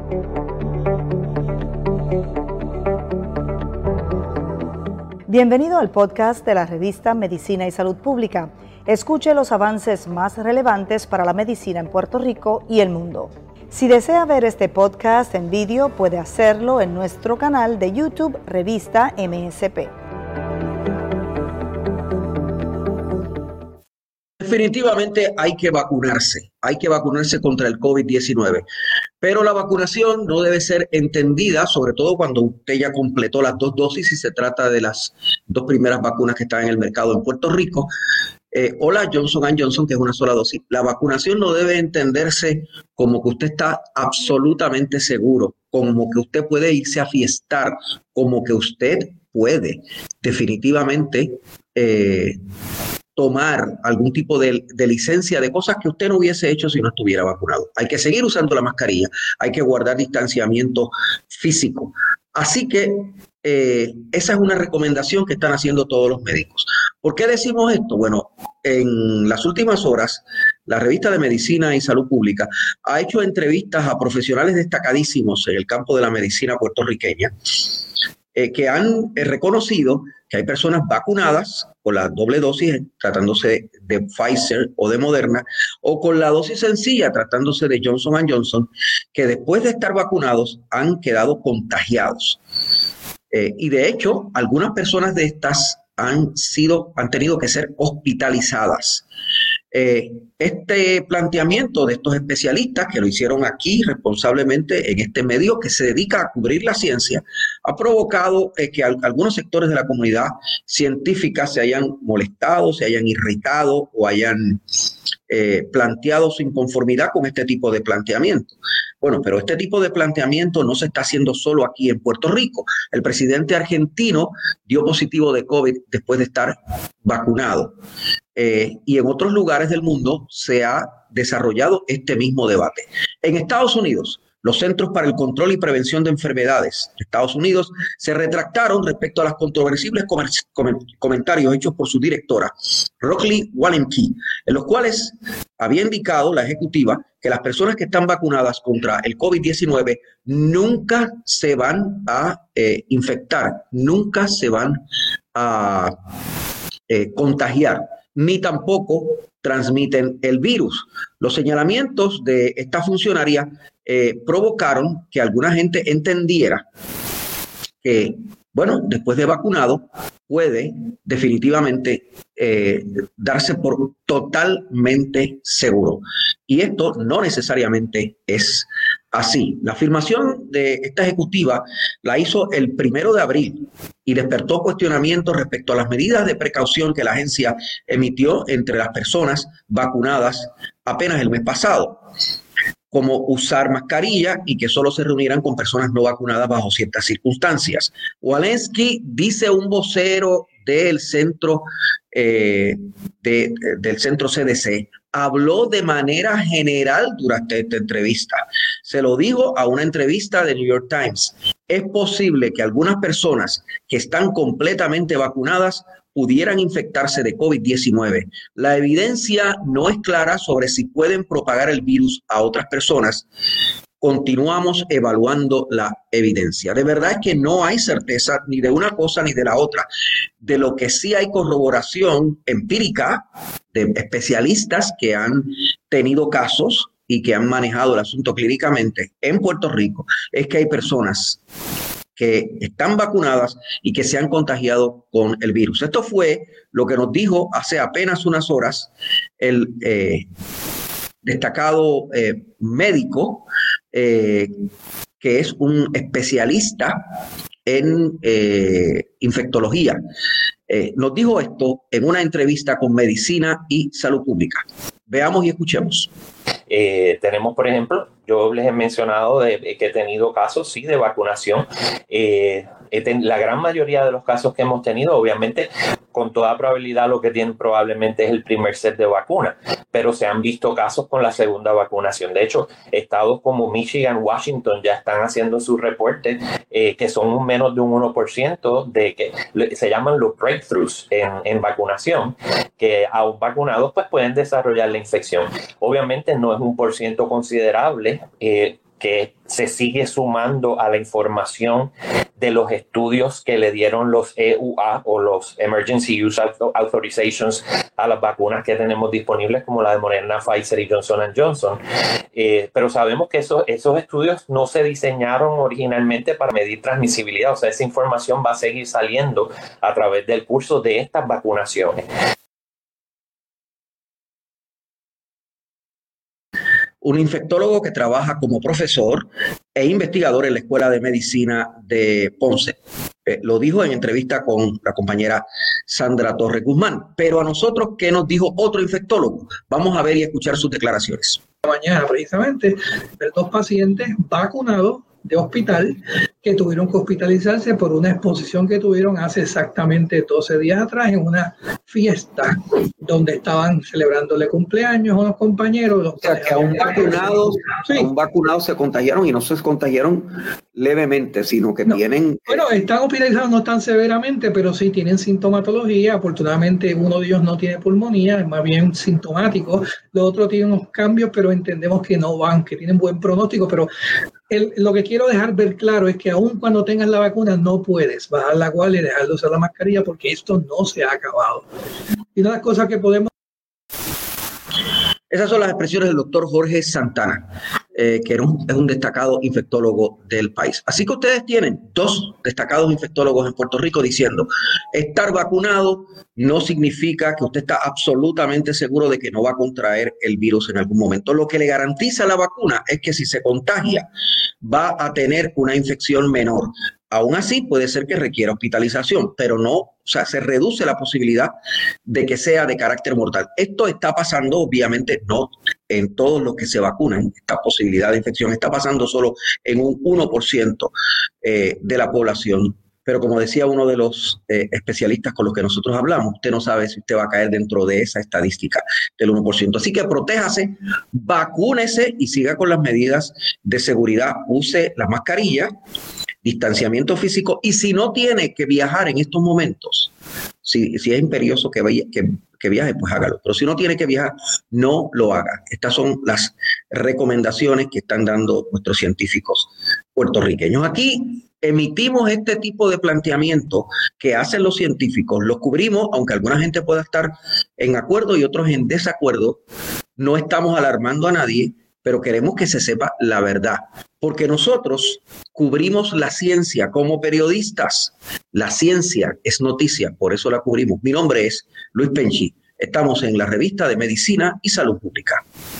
Bienvenido al podcast de la revista Medicina y Salud Pública. Escuche los avances más relevantes para la medicina en Puerto Rico y el mundo. Si desea ver este podcast en vídeo, puede hacerlo en nuestro canal de YouTube Revista MSP. Definitivamente hay que vacunarse contra el COVID-19, pero la vacunación no debe ser entendida, sobre todo cuando usted ya completó las 2 dosis y se trata de las 2 primeras vacunas que están en el mercado en Puerto Rico, o la Johnson & Johnson, que es una sola dosis. La vacunación no debe entenderse como que usted está absolutamente seguro, como que usted puede irse a fiestar, como que usted puede definitivamente tomar algún tipo de licencia de cosas que usted no hubiese hecho si no estuviera vacunado. Hay que seguir usando la mascarilla, hay que guardar distanciamiento físico. Así que esa es una recomendación que están haciendo todos los médicos. ¿Por qué decimos esto? Bueno, en las últimas horas, la revista de Medicina y Salud Pública ha hecho entrevistas a profesionales destacadísimos en el campo de la medicina puertorriqueña que han reconocido que hay personas vacunadas con la doble dosis, tratándose de Pfizer o de Moderna, o con la dosis sencilla, tratándose de Johnson & Johnson, que después de estar vacunados han quedado contagiados. Y de hecho, algunas personas de estas han tenido que ser hospitalizadas. Este planteamiento de estos especialistas que lo hicieron aquí responsablemente en este medio que se dedica a cubrir la ciencia ha provocado que algunos sectores de la comunidad científica se hayan molestado, se hayan irritado o hayan planteado su inconformidad con este tipo de planteamiento. Bueno, pero este tipo de planteamiento no se está haciendo solo aquí en Puerto Rico. El presidente argentino dio positivo de COVID después de estar vacunado. Y en otros lugares del mundo se ha desarrollado este mismo debate. En Estados Unidos, los Centros para el Control y Prevención de Enfermedades de Estados Unidos se retractaron respecto a los controversibles comentarios hechos por su directora, Rochelle Walensky, en los cuales había indicado la ejecutiva que las personas que están vacunadas contra el COVID-19 nunca se van a infectar, nunca se van a contagiar, ni tampoco transmiten el virus. Los señalamientos de esta funcionaria provocaron que alguna gente entendiera que, bueno, después de vacunado, puede definitivamente darse por totalmente seguro. Y esto no necesariamente es así. La afirmación de esta ejecutiva la hizo el 1 de abril y despertó cuestionamientos respecto a las medidas de precaución que la agencia emitió entre las personas vacunadas apenas el mes pasado, como usar mascarilla y que solo se reunieran con personas no vacunadas bajo ciertas circunstancias. Walensky, dice un vocero del centro CDC, habló de manera general durante esta entrevista. Se lo dijo a una entrevista de New York Times. Es posible que algunas personas que están completamente vacunadas pudieran infectarse de COVID-19. La evidencia no es clara sobre si pueden propagar el virus a otras personas. Continuamos evaluando la evidencia. De verdad es que no hay certeza ni de una cosa ni de la otra. De lo que sí hay corroboración empírica de especialistas que han tenido casos y que han manejado el asunto clínicamente en Puerto Rico, es que hay personas que están vacunadas y que se han contagiado con el virus. Esto fue lo que nos dijo hace apenas unas horas el destacado médico, que es un especialista en infectología. Nos dijo esto en una entrevista con Medicina y Salud Pública. Veamos y escuchemos. Tenemos, por ejemplo, yo les he mencionado que he tenido casos, sí, de vacunación. La gran mayoría de los casos que hemos tenido, obviamente, con toda probabilidad lo que tienen probablemente es el primer set de vacuna, pero se han visto casos con la segunda vacunación. De hecho, estados como Michigan, Washington ya están haciendo sus reportes que son menos de un 1% de que se llaman los breakthroughs en vacunación, que aún vacunados pues pueden desarrollar la infección. Obviamente no es un % considerable, que se sigue sumando a la información de los estudios que le dieron los EUA o los Emergency Use Authorizations a las vacunas que tenemos disponibles, como la de Moderna, Pfizer y Johnson & Johnson. Pero sabemos que esos estudios no se diseñaron originalmente para medir transmisibilidad, o sea, esa información va a seguir saliendo a través del curso de estas vacunaciones. Un infectólogo que trabaja como profesor e investigador en la Escuela de Medicina de Ponce. Lo dijo en entrevista con la compañera Sandra Torres Guzmán. Pero a nosotros, ¿qué nos dijo otro infectólogo? Vamos a ver y escuchar sus declaraciones. Mañana, precisamente, ver 2 pacientes vacunados de hospital que tuvieron que hospitalizarse por una exposición que tuvieron hace exactamente 12 días atrás en una fiesta donde estaban celebrándole cumpleaños a unos compañeros. O sea, que a un vacunado se contagiaron y no se contagiaron levemente, sino que tienen... Bueno, están hospitalizados no tan severamente, pero sí tienen sintomatología. Afortunadamente uno de ellos no tiene pulmonía, es más bien sintomático. Los otros tienen unos cambios, pero entendemos que no van, que tienen buen pronóstico, pero lo que quiero dejar ver claro es que aun cuando tengas la vacuna no puedes bajar la guardia y dejar de usar la mascarilla porque esto no se ha acabado. Y una de las cosas que podemos... Esas son las expresiones del doctor Jorge Santana, que es un destacado infectólogo del país. Así que ustedes tienen 2 destacados infectólogos en Puerto Rico diciendo, estar vacunado no significa que usted está absolutamente seguro de que no va a contraer el virus en algún momento. Lo que le garantiza la vacuna es que si se contagia, va a tener una infección menor. Aún así, puede ser que requiera hospitalización, pero no, o sea, se reduce la posibilidad de que sea de carácter mortal. Esto está pasando, obviamente, no en todos los que se vacunan. Esta posibilidad de infección está pasando solo en un 1% de la población. Pero como decía uno de los especialistas con los que nosotros hablamos, usted no sabe si usted va a caer dentro de esa estadística del 1%. Así que protéjase, vacúnese y siga con las medidas de seguridad. Use la mascarilla, distanciamiento físico, y si no tiene que viajar en estos momentos, si es imperioso que viaje, pues hágalo. Pero si no tiene que viajar, no lo haga. Estas son las recomendaciones que están dando nuestros científicos puertorriqueños. Aquí emitimos este tipo de planteamiento que hacen los científicos, los cubrimos, aunque alguna gente pueda estar en acuerdo y otros en desacuerdo. No estamos alarmando a nadie, pero queremos que se sepa la verdad, porque nosotros cubrimos la ciencia como periodistas. La ciencia es noticia, por eso la cubrimos. Mi nombre es Luis Penchi. Estamos en la Revista de Medicina y Salud Pública.